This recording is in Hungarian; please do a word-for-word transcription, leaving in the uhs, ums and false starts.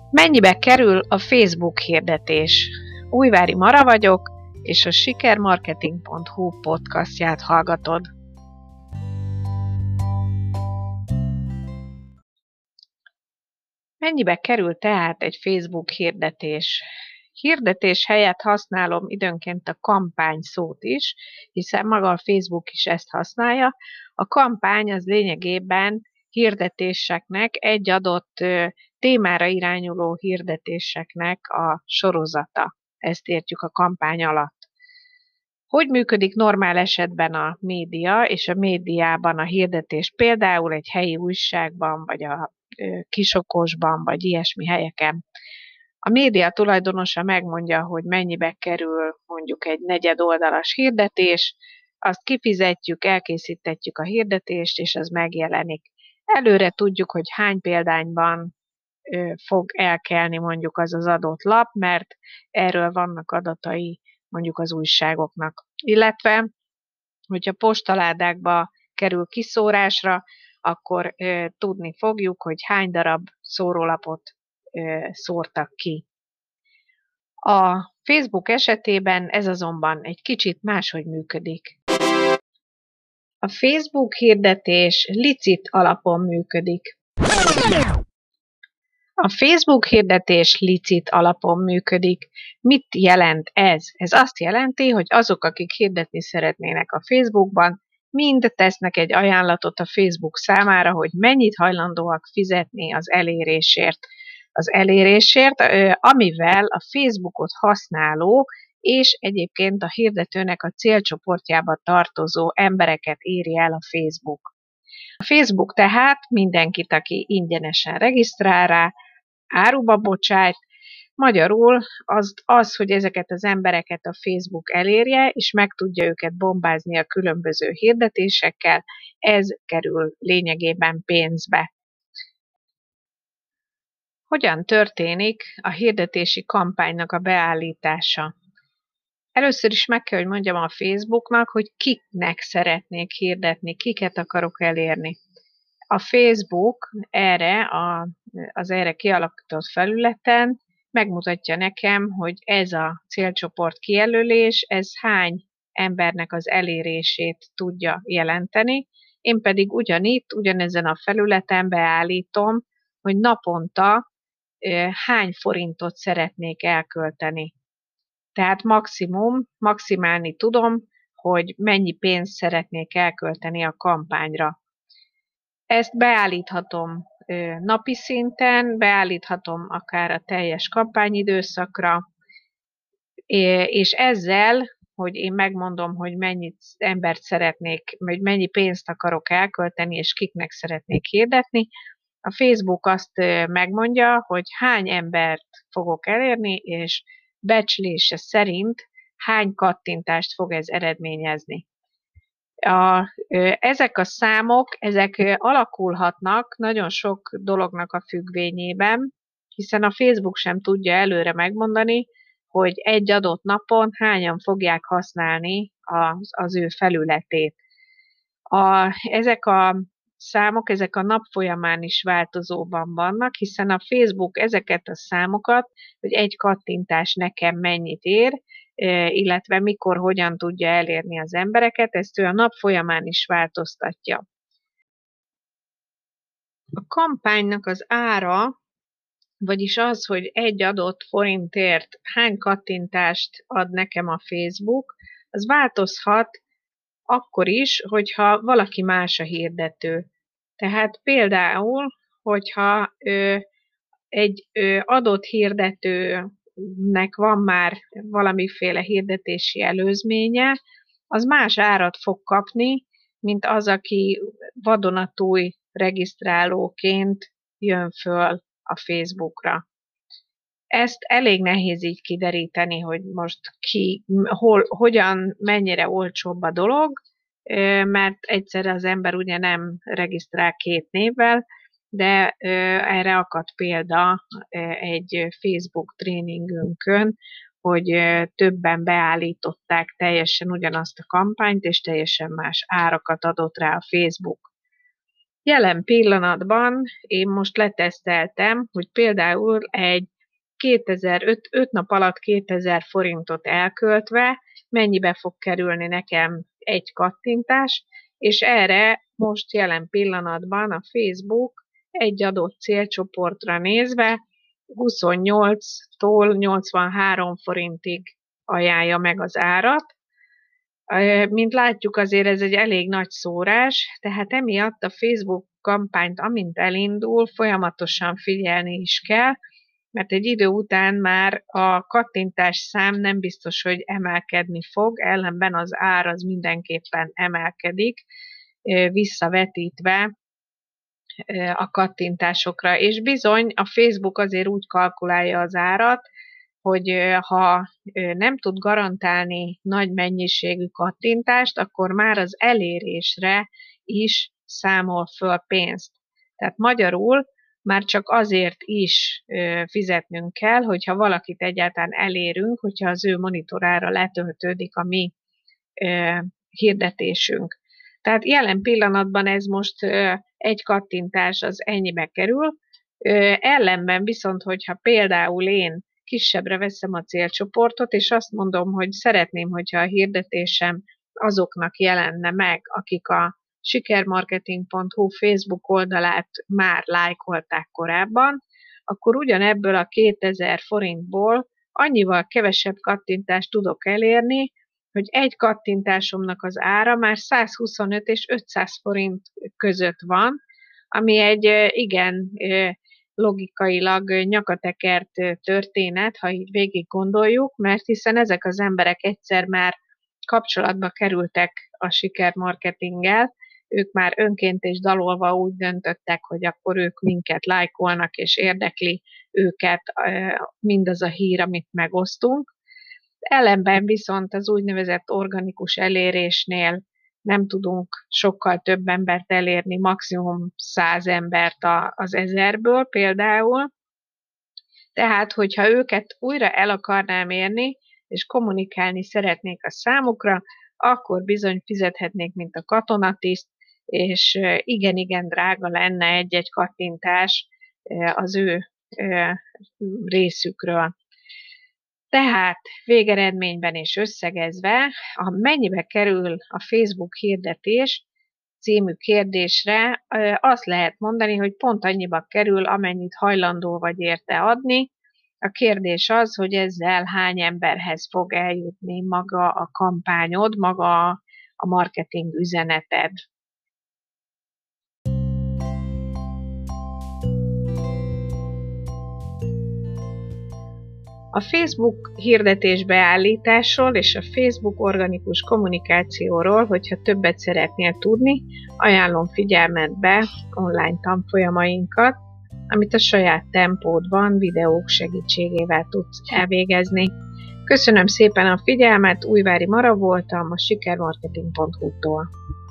Mennyibe kerül a Facebook hirdetés? Újvári Mara vagyok, és a sikermarketing pont hu podcastját hallgatod. Mennyibe kerül tehát egy Facebook hirdetés? Hirdetés helyett használom időnként a kampány szót is, hiszen maga a Facebook is ezt használja. A kampány az lényegében hirdetéseknek, egy adott témára irányuló hirdetéseknek a sorozata. Ezt értjük a kampány alatt. Hogy működik normál esetben a média, és a médiában a hirdetés például egy helyi újságban, vagy a Kisokosban, vagy ilyesmi helyeken? A média tulajdonosa megmondja, hogy mennyibe kerül mondjuk egy negyed oldalas hirdetés, azt kifizetjük, elkészítetjük a hirdetést, és az megjelenik. Előre tudjuk, hogy hány példányban fog elkelni mondjuk az az adott lap, mert erről vannak adatai mondjuk az újságoknak. Illetve, hogyha postaládákba kerül kiszórásra, akkor ö, tudni fogjuk, hogy hány darab szórólapot ö, szórtak ki. A Facebook esetében ez azonban egy kicsit máshogy működik. A Facebook hirdetés licit alapon működik. A Facebook hirdetés licit alapon működik. Mit jelent ez? Ez azt jelenti, hogy azok, akik hirdetni szeretnének a Facebookban, mind tesznek egy ajánlatot a Facebook számára, hogy mennyit hajlandóak fizetni az elérésért. Az elérésért, amivel a Facebookot használó és egyébként a hirdetőnek a célcsoportjába tartozó embereket éri el a Facebook. A Facebook tehát mindenkit, aki ingyenesen regisztrál rá, áruba bocsájt, magyarul az, az, hogy ezeket az embereket a Facebook elérje, és meg tudja őket bombázni a különböző hirdetésekkel, ez kerül lényegében pénzbe. Hogyan történik a hirdetési kampánynak a beállítása? Először is meg kell, hogy mondjam a Facebooknak, hogy kiknek szeretnék hirdetni, kiket akarok elérni. A Facebook erre a, az erre kialakított felületen megmutatja nekem, hogy ez a célcsoport kijelölés, ez hány embernek az elérését tudja jelenteni. Én pedig ugyanitt, ugyanezen a felületen beállítom, hogy naponta hány forintot szeretnék elkölteni. Tehát maximum, maximálni tudom, hogy mennyi pénzt szeretnék elkölteni a kampányra. Ezt beállíthatom napi szinten, beállíthatom akár a teljes kampányidőszakra, és ezzel, hogy én megmondom, hogy mennyit embert szeretnék, vagy mennyi pénzt akarok elkölteni, és kiknek szeretnék hirdetni, a Facebook azt megmondja, hogy hány embert fogok elérni, és becslése szerint hány kattintást fog ez eredményezni. A, ezek a számok, ezek alakulhatnak nagyon sok dolognak a függvényében, hiszen a Facebook sem tudja előre megmondani, hogy egy adott napon hányan fogják használni az, az ő felületét. A, ezek a számok, ezek a nap folyamán is változóban vannak, hiszen a Facebook ezeket a számokat, hogy egy kattintás nekem mennyit ér, illetve mikor, hogyan tudja elérni az embereket, ezt ő a nap folyamán is változtatja. A kampánynak az ára, vagyis az, hogy egy adott forintért hány kattintást ad nekem a Facebook, az változhat akkor is, hogyha valaki más a hirdető. Tehát például, hogyha ö, egy ö, adott hirdetőnek van már valamiféle hirdetési előzménye, az más árat fog kapni, mint az, aki vadonatúj regisztrálóként jön föl a Facebookra. Ezt elég nehéz így kideríteni, hogy most ki, hol, hogyan, mennyire olcsóbb a dolog, mert egyszerre az ember ugye nem regisztrál két névvel, de erre akadt példa egy Facebook tréningünkön, hogy többen beállították teljesen ugyanazt a kampányt, és teljesen más árakat adott rá a Facebook. Jelen pillanatban én most leteszteltem, hogy például egy kétezer-öt öt nap alatt kétezer forintot elköltve mennyibe fog kerülni nekem egy kattintás, és erre most jelen pillanatban a Facebook egy adott célcsoportra nézve huszonnyolctól nyolcvanhárom forintig ajánlja meg az árat. Mint látjuk, azért ez egy elég nagy szórás, tehát emiatt a Facebook kampányt, amint elindul, folyamatosan figyelni is kell, mert egy idő után már a kattintás szám nem biztos, hogy emelkedni fog, ellenben az ár az mindenképpen emelkedik, visszavetítve a kattintásokra. És bizony a Facebook azért úgy kalkulálja az árat, hogy ha nem tud garantálni nagy mennyiségű kattintást, akkor már az elérésre is számol föl pénzt. Tehát magyarul már csak azért is fizetnünk kell, hogyha valakit egyáltalán elérünk, hogyha az ő monitorára letöltődik a mi hirdetésünk. Tehát jelen pillanatban ez most egy kattintás az ennyibe kerül, ellenben viszont, hogyha például én kisebbre veszem a célcsoportot, és azt mondom, hogy szeretném, hogyha a hirdetésem azoknak jelenne meg, akik a sikermarketing pont hu Facebook oldalát már lájkolták korábban, akkor ugyanebből a kétezer forintból annyival kevesebb kattintást tudok elérni, hogy egy kattintásomnak az ára már százhuszonöt és ötszáz forint között van, ami egy igen logikailag nyakatekert történet, ha így végig gondoljuk, mert hiszen ezek az emberek egyszer már kapcsolatba kerültek a sikermarketinggel, ők már önként és dalolva úgy döntöttek, hogy akkor ők minket lájkolnak, és érdekli őket mindaz a hír, amit megosztunk. Ellenben viszont az úgynevezett organikus elérésnél nem tudunk sokkal több embert elérni, maximum száz embert az ezerből például. Tehát, hogyha őket újra el akarnám érni, és kommunikálni szeretnék a számukra, akkor bizony fizethetnék, mint a katonatiszt, és igen-igen drága lenne egy-egy kattintás az ő részükről. Tehát végeredményben és összegezve, ha mennyibe kerül a Facebook hirdetés című kérdésre, azt lehet mondani, hogy pont annyiba kerül, amennyit hajlandó vagy érte adni. A kérdés az, hogy ezzel hány emberhez fog eljutni maga a kampányod, maga a marketing üzeneted. A Facebook hirdetés beállításról és a Facebook organikus kommunikációról, hogyha többet szeretnél tudni, ajánlom figyelmetbe online tanfolyamainkat, amit a saját tempódban videók segítségével tudsz elvégezni. Köszönöm szépen a figyelmet, Újvári Mara voltam a sikermarketing pont hu-tól.